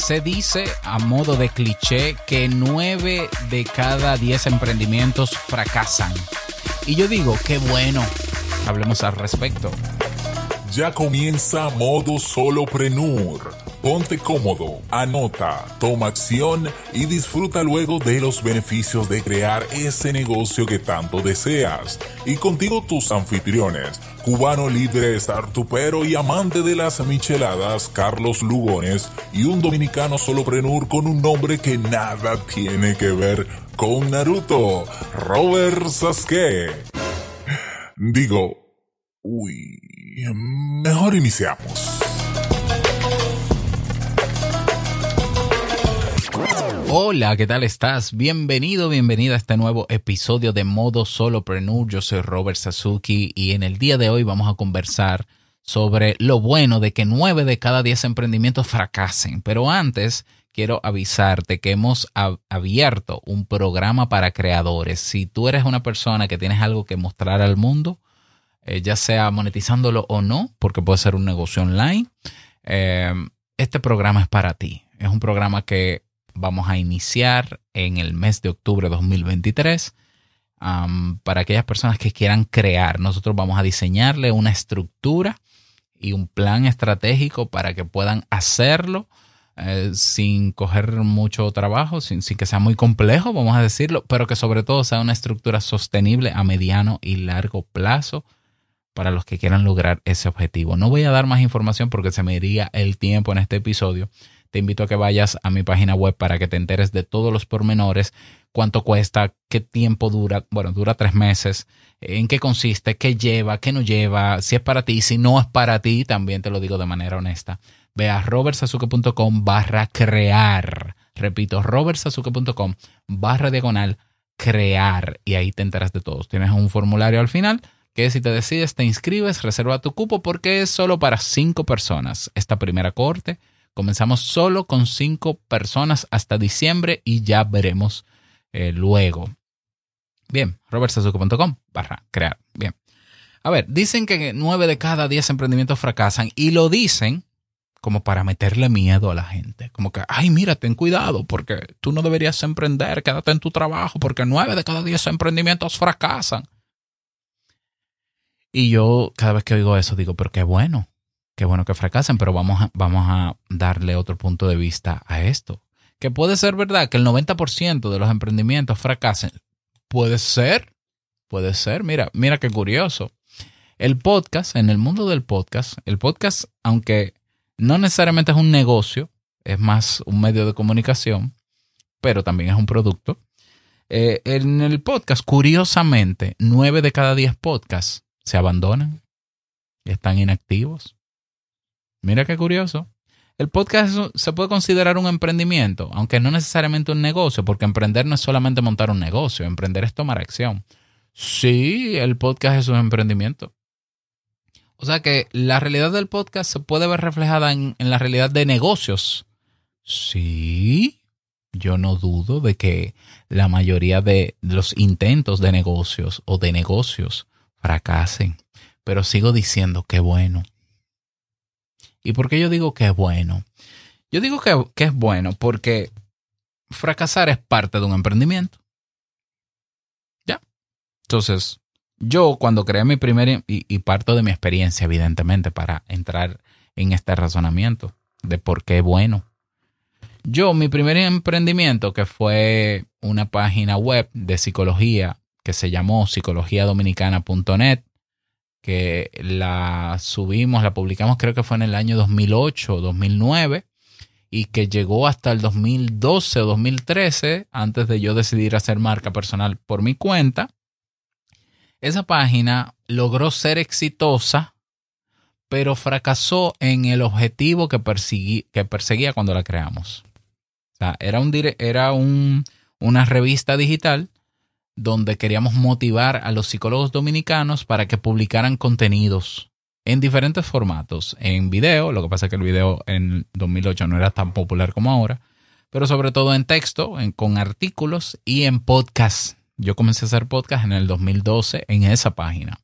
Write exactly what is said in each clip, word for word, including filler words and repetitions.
se dice a modo de cliché que nueve de cada diez emprendimientos fracasan. Y yo digo, qué bueno. Hablemos al respecto. Ya comienza Modo Solopreneur. Ponte cómodo, anota, toma acción y disfruta luego de los beneficios de crear ese negocio que tanto deseas. Y contigo tus anfitriones, cubano líder startupero y amante de las micheladas, Carlos Lugones, y un dominicano solopreneur con un nombre que nada tiene que ver con Naruto, Robert Sasuke. Digo, uy, mejor iniciamos. Hola, ¿qué tal estás? Bienvenido, bienvenida a este nuevo episodio de Modo Solopreneur. Yo soy Robert Sasuke y en el día de hoy vamos a conversar sobre lo bueno de que nueve de cada diez emprendimientos fracasen. Pero antes, quiero avisarte que hemos ab- abierto un programa para creadores. Si tú eres una persona que tienes algo que mostrar al mundo, eh, ya sea monetizándolo o no, porque puede ser un negocio online, eh, este programa es para ti. Es un programa que vamos a iniciar en el mes de octubre de dos mil veintitrés um, para aquellas personas que quieran crear. Nosotros vamos a diseñarle una estructura y un plan estratégico para que puedan hacerlo eh, sin coger mucho trabajo, sin, sin que sea muy complejo, vamos a decirlo, pero que sobre todo sea una estructura sostenible a mediano y largo plazo para los que quieran lograr ese objetivo. No voy a dar más información porque se me iría el tiempo en este episodio. Te invito a que vayas a mi página web para que te enteres de todos los pormenores, cuánto cuesta, qué tiempo dura, bueno, dura tres meses, en qué consiste, qué lleva, qué no lleva, si es para ti, si no es para ti, también te lo digo de manera honesta. Ve a robertsasuke.com barra crear. Repito, robertsasuke.com barra diagonal crear y ahí te enteras de todos. Tienes un formulario al final que si te decides te inscribes, reserva tu cupo porque es solo para cinco personas esta primera cohorte. Comenzamos solo con cinco personas hasta diciembre y ya veremos eh, luego. Bien, robertsasuke.com barra crear. Bien. A ver, dicen que nueve de cada diez emprendimientos fracasan y lo dicen como para meterle miedo a la gente. Como que, ay, mira, ten cuidado porque tú no deberías emprender, quédate en tu trabajo porque nueve de cada diez emprendimientos fracasan. Y yo cada vez que oigo eso digo, pero qué bueno. Qué bueno que fracasen, pero vamos a, vamos a darle otro punto de vista a esto. Que puede ser verdad que el noventa por ciento de los emprendimientos fracasen. Puede ser, puede ser. Mira, mira qué curioso. El podcast, en el mundo del podcast, el podcast, aunque no necesariamente es un negocio, es más un medio de comunicación, pero también es un producto. Eh, en el podcast, curiosamente, nueve de cada diez podcasts se abandonan y están inactivos. Mira qué curioso. El podcast se puede considerar un emprendimiento, aunque no necesariamente un negocio, porque emprender no es solamente montar un negocio, emprender es tomar acción. Sí, el podcast es un emprendimiento. O sea que la realidad del podcast se puede ver reflejada en, en la realidad de negocios. Sí, yo no dudo de que la mayoría de los intentos de negocios o de negocios fracasen, pero sigo diciendo que bueno. ¿Y por qué yo digo que es bueno? Yo digo que, que es bueno porque fracasar es parte de un emprendimiento. ¿Ya? Entonces, yo cuando creé mi primer, y, y parto de mi experiencia, evidentemente, para entrar en este razonamiento de por qué es bueno. Yo, mi primer emprendimiento, que fue una página web de psicología que se llamó psicología dominicana punto net, que la subimos, la publicamos creo que fue en el año dos mil ocho o dos mil nueve y que llegó hasta el dos mil doce o dos mil trece antes de yo decidir hacer marca personal por mi cuenta. Esa página logró ser exitosa, pero fracasó en el objetivo que, perseguí, que perseguía cuando la creamos. O sea, era, un, era un, una revista digital donde queríamos motivar a los psicólogos dominicanos para que publicaran contenidos en diferentes formatos. En video, lo que pasa es que el video en dos mil ocho no era tan popular como ahora, pero sobre todo en texto, en, con artículos y en podcast. Yo comencé a hacer podcast en el dos mil doce en esa página.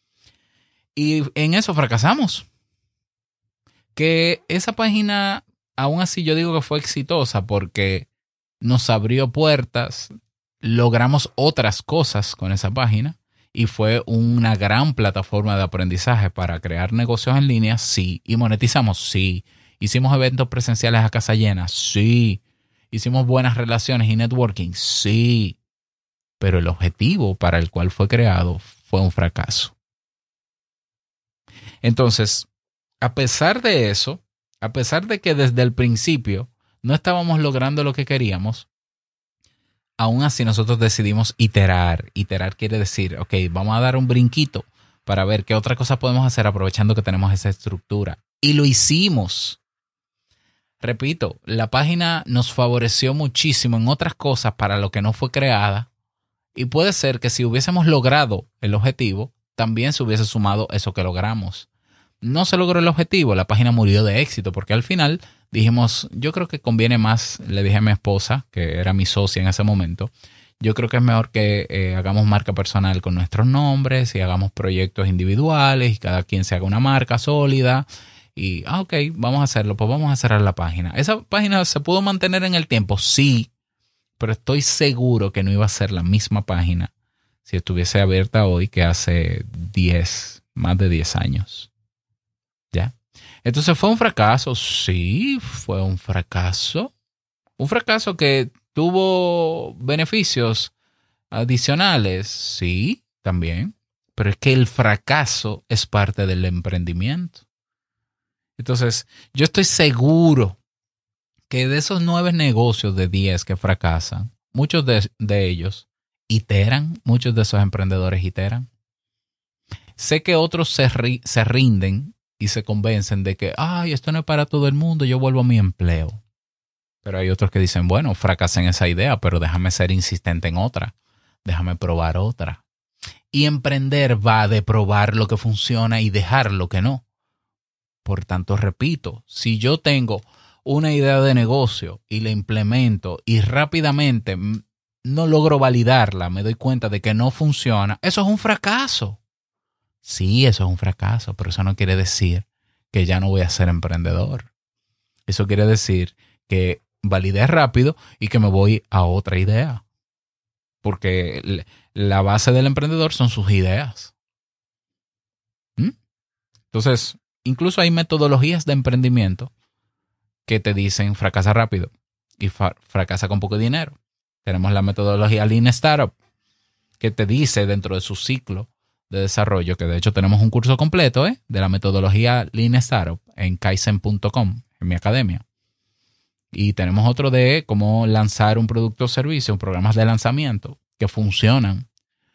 Y en eso fracasamos. Que esa página aún así yo digo que fue exitosa porque nos abrió puertas, logramos otras cosas con esa página y fue una gran plataforma de aprendizaje para crear negocios en línea, sí. Y monetizamos, sí. Hicimos eventos presenciales a casa llena, sí. Hicimos buenas relaciones y networking, sí. Pero el objetivo para el cual fue creado fue un fracaso. Entonces, a pesar de eso, a pesar de que desde el principio no estábamos logrando lo que queríamos, aún así nosotros decidimos iterar. Iterar quiere decir, ok, vamos a dar un brinquito para ver qué otra cosa podemos hacer aprovechando que tenemos esa estructura. Y lo hicimos. Repito, la página nos favoreció muchísimo en otras cosas para lo que no fue creada. Y puede ser que si hubiésemos logrado el objetivo, también se hubiese sumado eso que logramos. No se logró el objetivo, la página murió de éxito, porque al final dijimos, yo creo que conviene más, le dije a mi esposa, que era mi socia en ese momento, yo creo que es mejor que eh, hagamos marca personal con nuestros nombres y hagamos proyectos individuales y cada quien se haga una marca sólida. Y, ah, ok, vamos a hacerlo, pues vamos a cerrar la página. ¿Esa página se pudo mantener en el tiempo? Sí, pero estoy seguro que no iba a ser la misma página si estuviese abierta hoy que hace diez, más de diez años. ¿Ya? Entonces, ¿fue un fracaso? Sí, fue un fracaso. Un fracaso que tuvo beneficios adicionales, sí, también. Pero es que el fracaso es parte del emprendimiento. Entonces, yo estoy seguro que de esos nueve negocios de diez que fracasan, muchos de, de ellos iteran, muchos de esos emprendedores iteran. Sé que otros se, ri, se rinden y se convencen de que, ay, esto no es para todo el mundo, yo vuelvo a mi empleo. Pero hay otros que dicen, bueno, fracasé en esa idea, pero déjame ser insistente en otra, déjame probar otra. Y emprender va de probar lo que funciona y dejar lo que no. Por tanto, repito, si yo tengo una idea de negocio y la implemento y rápidamente no logro validarla, me doy cuenta de que no funciona, eso es un fracaso. Sí, eso es un fracaso, pero eso no quiere decir que ya no voy a ser emprendedor. Eso quiere decir que validé rápido y que me voy a otra idea. Porque la base del emprendedor son sus ideas. ¿Mm? Entonces, incluso hay metodologías de emprendimiento que te dicen fracasa rápido y fa- fracasa con poco dinero. Tenemos la metodología Lean Startup, que te dice dentro de su ciclo de desarrollo, que de hecho tenemos un curso completo ¿eh? de la metodología Lean Startup en kaizen punto com, en mi academia. Y tenemos otro de cómo lanzar un producto o servicio, programas de lanzamiento que funcionan.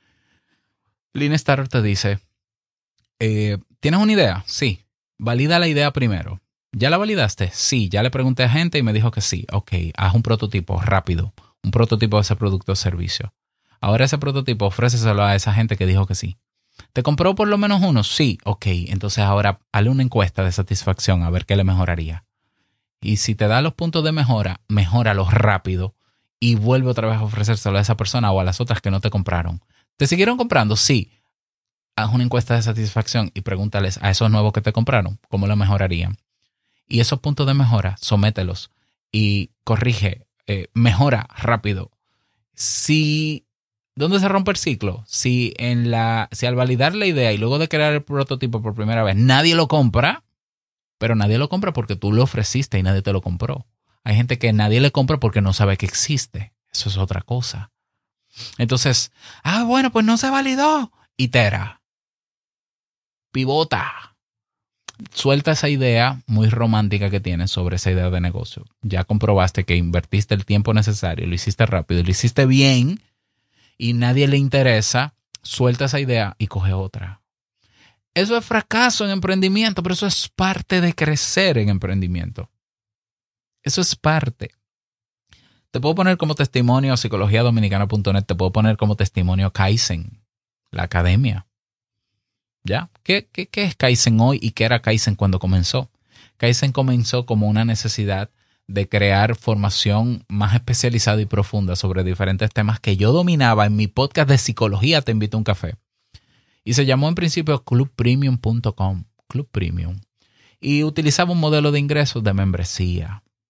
Lean Startup te dice, eh, ¿tienes una idea? Sí. Valida la idea primero. ¿Ya la validaste? Sí. Ya le pregunté a gente y me dijo que sí. Ok, haz un prototipo rápido. Un prototipo de ese producto o servicio. Ahora ese prototipo ofréceselo a esa gente que dijo que sí. ¿Te compró por lo menos uno? Sí. Ok, entonces ahora hazle una encuesta de satisfacción a ver qué le mejoraría. Y si te da los puntos de mejora, mejóralos rápido y vuelve otra vez a ofrecérselo a esa persona o a las otras que no te compraron. ¿Te siguieron comprando? Sí. Haz una encuesta de satisfacción y pregúntales a esos nuevos que te compraron cómo lo mejorarían. Y esos puntos de mejora, somételos y corrige, eh, mejora rápido. Si, ¿dónde se rompe el ciclo? Si, en la, si al validar la idea y luego de crear el prototipo por primera vez nadie lo compra, pero nadie lo compra porque tú lo ofreciste y nadie te lo compró. Hay gente que nadie le compra porque no sabe que existe. Eso es otra cosa. Entonces, ah, bueno, pues no se validó. Itera. Pivota. Suelta esa idea muy romántica que tienes sobre esa idea de negocio. Ya comprobaste que invertiste el tiempo necesario, lo hiciste rápido, lo hiciste bien y nadie le interesa. Suelta esa idea y coge otra. Eso es fracaso en emprendimiento, pero eso es parte de crecer en emprendimiento. Eso es parte. Te puedo poner como testimonio psicología dominicana punto net, te puedo poner como testimonio Kaizen, la academia. ¿Ya? ¿Qué, qué, qué es Kaizen hoy y qué era Kaizen cuando comenzó? Kaizen comenzó como una necesidad de crear formación más especializada y profunda sobre diferentes temas que yo dominaba en mi podcast de psicología Te Invito a un Café. Y se llamó en principio club premium punto com, Club Premium. Y utilizaba un modelo de ingresos de membresía.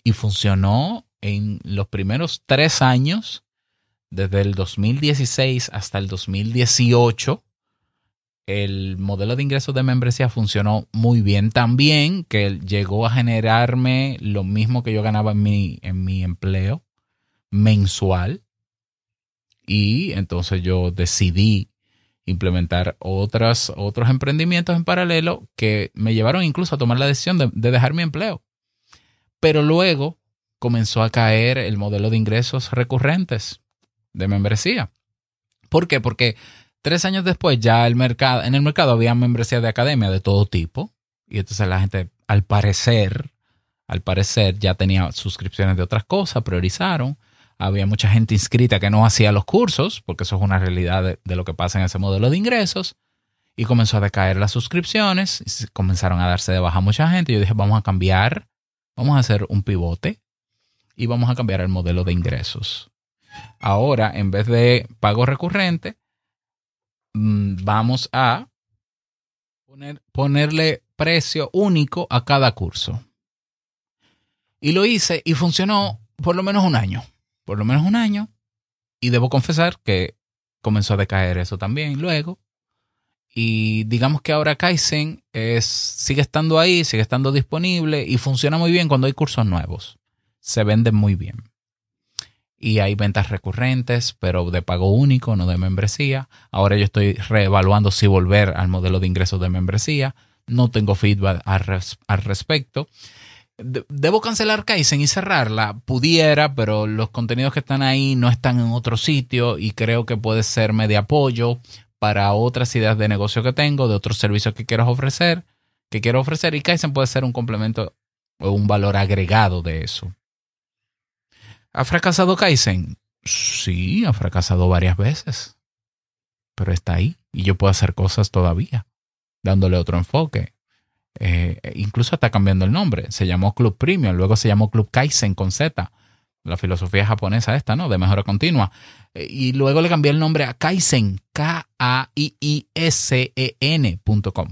y funcionó en los primeros tres años, desde el dos mil dieciséis hasta el dos mil dieciocho. El modelo de ingresos de membresía funcionó muy bien también, que llegó a generarme lo mismo que yo ganaba en mi, en mi empleo mensual. Y entonces yo decidí implementar otras, otros emprendimientos en paralelo que me llevaron incluso a tomar la decisión de, de dejar mi empleo. Pero luego comenzó a caer el modelo de ingresos recurrentes de membresía. ¿Por qué? Porque tres años después ya el mercado, en el mercado había membresía de academia de todo tipo. Y entonces la gente, al parecer, al parecer ya tenía suscripciones de otras cosas, priorizaron. Había mucha gente inscrita que no hacía los cursos, porque eso es una realidad de, de lo que pasa en ese modelo de ingresos. Y comenzó a decaer las suscripciones. Y comenzaron a darse de baja mucha gente. Y yo dije, vamos a cambiar, vamos a hacer un pivote y vamos a cambiar el modelo de ingresos. Ahora, en vez de pago recurrente, vamos a poner, ponerle precio único a cada curso. Y lo hice y funcionó por lo menos un año. Por lo menos un año. Y debo confesar que comenzó a decaer eso también luego. Y digamos que ahora Kaizen es, sigue estando ahí, sigue estando disponible y funciona muy bien cuando hay cursos nuevos. Se venden muy bien. Y hay ventas recurrentes, pero de pago único, no de membresía. Ahora yo estoy reevaluando si volver al modelo de ingresos de membresía. No tengo feedback al, res, al respecto. De, ¿Debo cancelar Kaizen y cerrarla? Pudiera, pero los contenidos que están ahí no están en otro sitio y creo que puede serme de apoyo para otras ideas de negocio que tengo, de otros servicios que quiero ofrecer, que quiero ofrecer. Y Kaizen puede ser un complemento o un valor agregado de eso. ¿Ha fracasado Kaizen? Sí, ha fracasado varias veces. Pero está ahí. Y yo puedo hacer cosas todavía, dándole otro enfoque. Eh, incluso está cambiando el nombre. Se llamó Club Premium, luego se llamó Club Kaizen con Z. La filosofía japonesa esta, ¿no? De mejora continua. Eh, y luego le cambié el nombre a Kaizen, K A I I S E N punto com.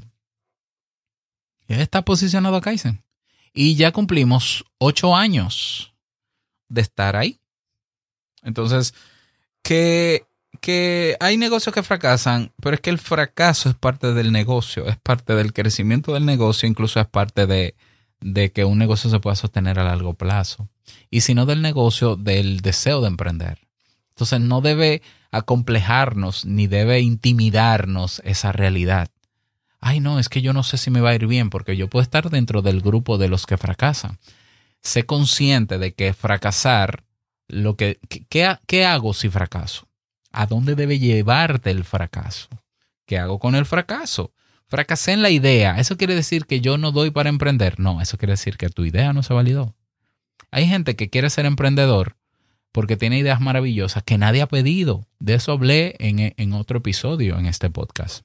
Y está posicionado a Kaizen. Y ya cumplimos ocho años de estar ahí. Entonces, que, que hay negocios que fracasan, pero es que el fracaso es parte del negocio, es parte del crecimiento del negocio, incluso es parte de, de que un negocio se pueda sostener a largo plazo. Y si no del negocio, del deseo de emprender. Entonces, no debe acomplejarnos ni debe intimidarnos esa realidad. Ay, no, es que yo no sé si me va a ir bien porque yo puedo estar dentro del grupo de los que fracasan. Sé consciente de que fracasar, lo que, ¿qué, ¿qué hago si fracaso? ¿A dónde debe llevarte el fracaso? ¿Qué hago con el fracaso? Fracasé en la idea. ¿Eso quiere decir que yo no doy para emprender? No, eso quiere decir que tu idea no se validó. Hay gente que quiere ser emprendedor porque tiene ideas maravillosas que nadie ha pedido. De eso hablé en, en otro episodio en este podcast.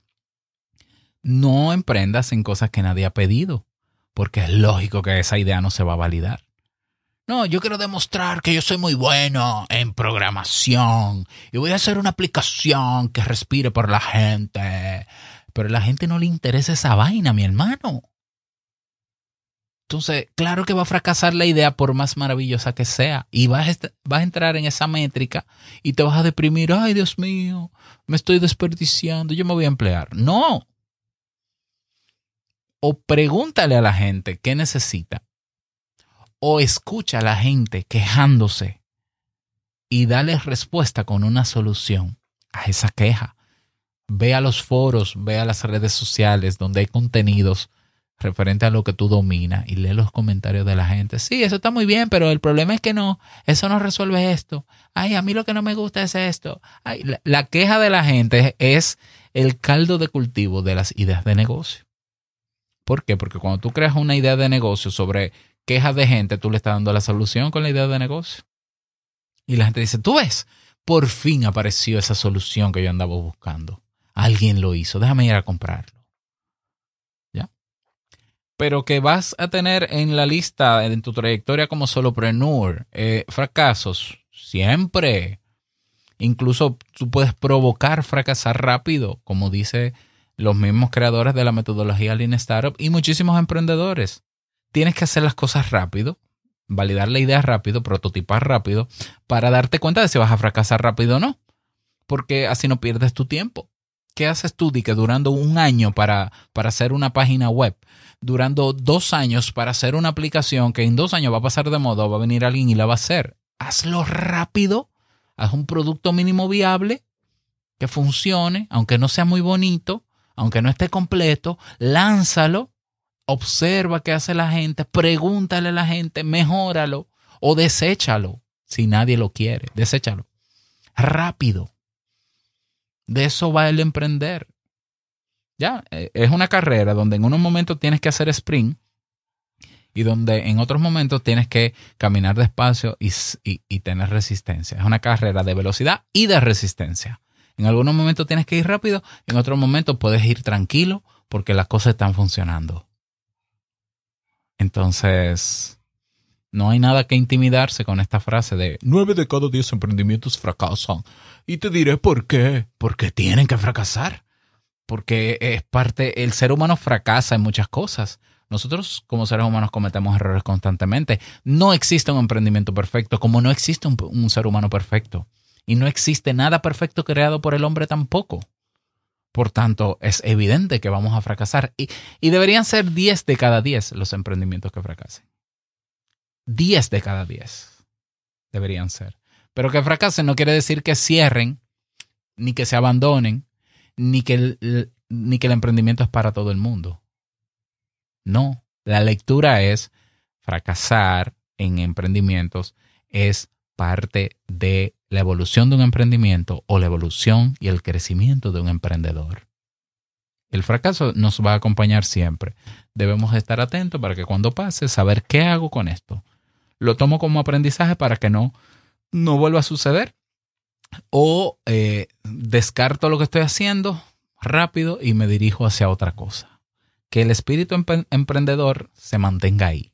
No emprendas en cosas que nadie ha pedido, porque es lógico que esa idea no se va a validar. No, yo quiero demostrar que yo soy muy bueno en programación y voy a hacer una aplicación que respire por la gente. Pero a la gente no le interesa esa vaina, mi hermano. Entonces, claro que va a fracasar la idea por más maravillosa que sea. Y vas a, est- vas a entrar en esa métrica y te vas a deprimir. Ay, Dios mío, me estoy desperdiciando, yo me voy a emplear. No. O pregúntale a la gente qué necesita. O escucha a la gente quejándose y dale respuesta con una solución a esa queja. Ve a los foros, ve a las redes sociales donde hay contenidos referente a lo que tú dominas y lee los comentarios de la gente. Sí, eso está muy bien, pero el problema es que no, eso no resuelve esto. Ay, a mí lo que no me gusta es esto. Ay, la, la queja de la gente es el caldo de cultivo de las ideas de negocio. ¿Por qué? Porque cuando tú creas una idea de negocio sobre quejas de gente, tú le estás dando la solución con la idea de negocio. Y la gente dice, tú ves, por fin apareció esa solución que yo andaba buscando. Alguien lo hizo, déjame ir a comprarlo. ¿Ya? Pero que vas a tener en la lista, en tu trayectoria como solopreneur, eh, fracasos, siempre. Incluso tú puedes provocar fracasar rápido, como dice los mismos creadores de la metodología Lean Startup y muchísimos emprendedores. Tienes que hacer las cosas rápido, validar la idea rápido, prototipar rápido, para darte cuenta de si vas a fracasar rápido o no. Porque así no pierdes tu tiempo. ¿Qué haces tú de que durando un año para, para hacer una página web, durando dos años para hacer una aplicación que en dos años va a pasar de moda, va a venir alguien y la va a hacer? Hazlo rápido, haz un producto mínimo viable que funcione, aunque no sea muy bonito, aunque no esté completo, lánzalo, observa qué hace la gente, pregúntale a la gente, mejóralo o deséchalo si nadie lo quiere, deséchalo. Rápido. De eso va el emprender. Ya, es una carrera donde en unos momentos tienes que hacer sprint y donde en otros momentos tienes que caminar despacio y, y, y tener resistencia. Es una carrera de velocidad y de resistencia. En algunos momentos tienes que ir rápido, en otros momentos puedes ir tranquilo porque las cosas están funcionando. Entonces, no hay nada que intimidarse con esta frase de nueve de cada diez emprendimientos fracasan. Y te diré por qué. Porque tienen que fracasar. Porque es parte, el ser humano fracasa en muchas cosas. Nosotros como seres humanos cometemos errores constantemente. No existe un emprendimiento perfecto, como no existe un, un ser humano perfecto. Y no existe nada perfecto creado por el hombre tampoco. Por tanto, es evidente que vamos a fracasar. Y, y deberían ser diez de cada diez los emprendimientos que fracasen. diez de cada diez deberían ser. Pero que fracasen no quiere decir que cierren, ni que se abandonen, ni que el, ni que el emprendimiento es para todo el mundo. No, la lectura es fracasar en emprendimientos es parte de la evolución de un emprendimiento o la evolución y el crecimiento de un emprendedor. El fracaso nos va a acompañar siempre. Debemos estar atentos para que cuando pase, saber qué hago con esto. Lo tomo como aprendizaje para que no, no vuelva a suceder. O eh, descarto lo que estoy haciendo rápido y me dirijo hacia otra cosa. Que el espíritu empre- emprendedor se mantenga ahí.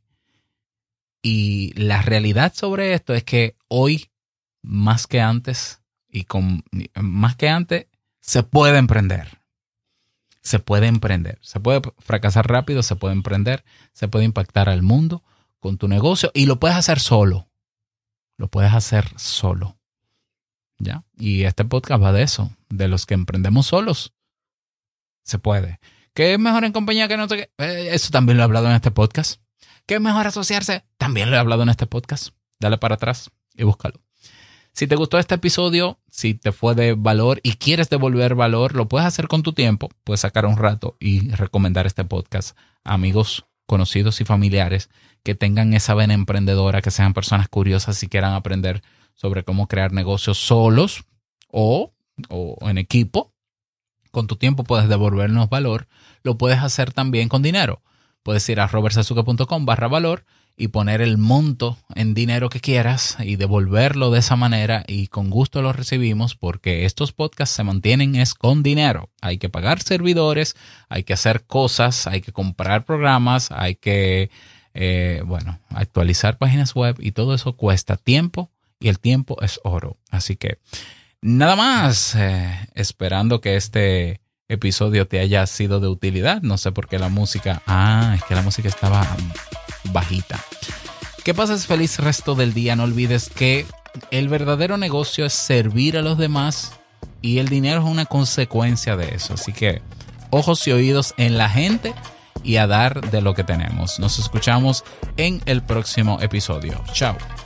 Y la realidad sobre esto es que hoy, más que antes, y con, más que antes, se puede emprender. Se puede emprender. Se puede fracasar rápido, se puede emprender, se puede impactar al mundo con tu negocio y lo puedes hacer solo. Lo puedes hacer solo. ¿Ya? Y este podcast va de eso, de los que emprendemos solos. Se puede. ¿Qué es mejor en compañía que no sé qué? Eh, eso también lo he hablado en este podcast. ¿Qué es mejor asociarse? También lo he hablado en este podcast. Dale para atrás y búscalo. Si te gustó este episodio, si te fue de valor y quieres devolver valor, lo puedes hacer con tu tiempo. Puedes sacar un rato y recomendar este podcast a amigos, conocidos y familiares que tengan esa vena emprendedora, que sean personas curiosas y quieran aprender sobre cómo crear negocios solos o, o en equipo. Con tu tiempo puedes devolvernos valor. Lo puedes hacer también con dinero. Puedes ir a robertsazuke.com barra valor y poner el monto en dinero que quieras y devolverlo de esa manera y con gusto lo recibimos porque estos podcasts se mantienen es con dinero. Hay que pagar servidores, hay que hacer cosas, hay que comprar programas, hay que, eh, bueno, actualizar páginas web y todo eso cuesta tiempo y el tiempo es oro. Así que nada más, eh, esperando que este episodio te haya sido de utilidad. No sé por qué la música... Ah, es que la música estaba bajita. Que pases feliz resto del día. No olvides que el verdadero negocio es servir a los demás y el dinero es una consecuencia de eso. Así que ojos y oídos en la gente y a dar de lo que tenemos. Nos escuchamos en el próximo episodio. Chao.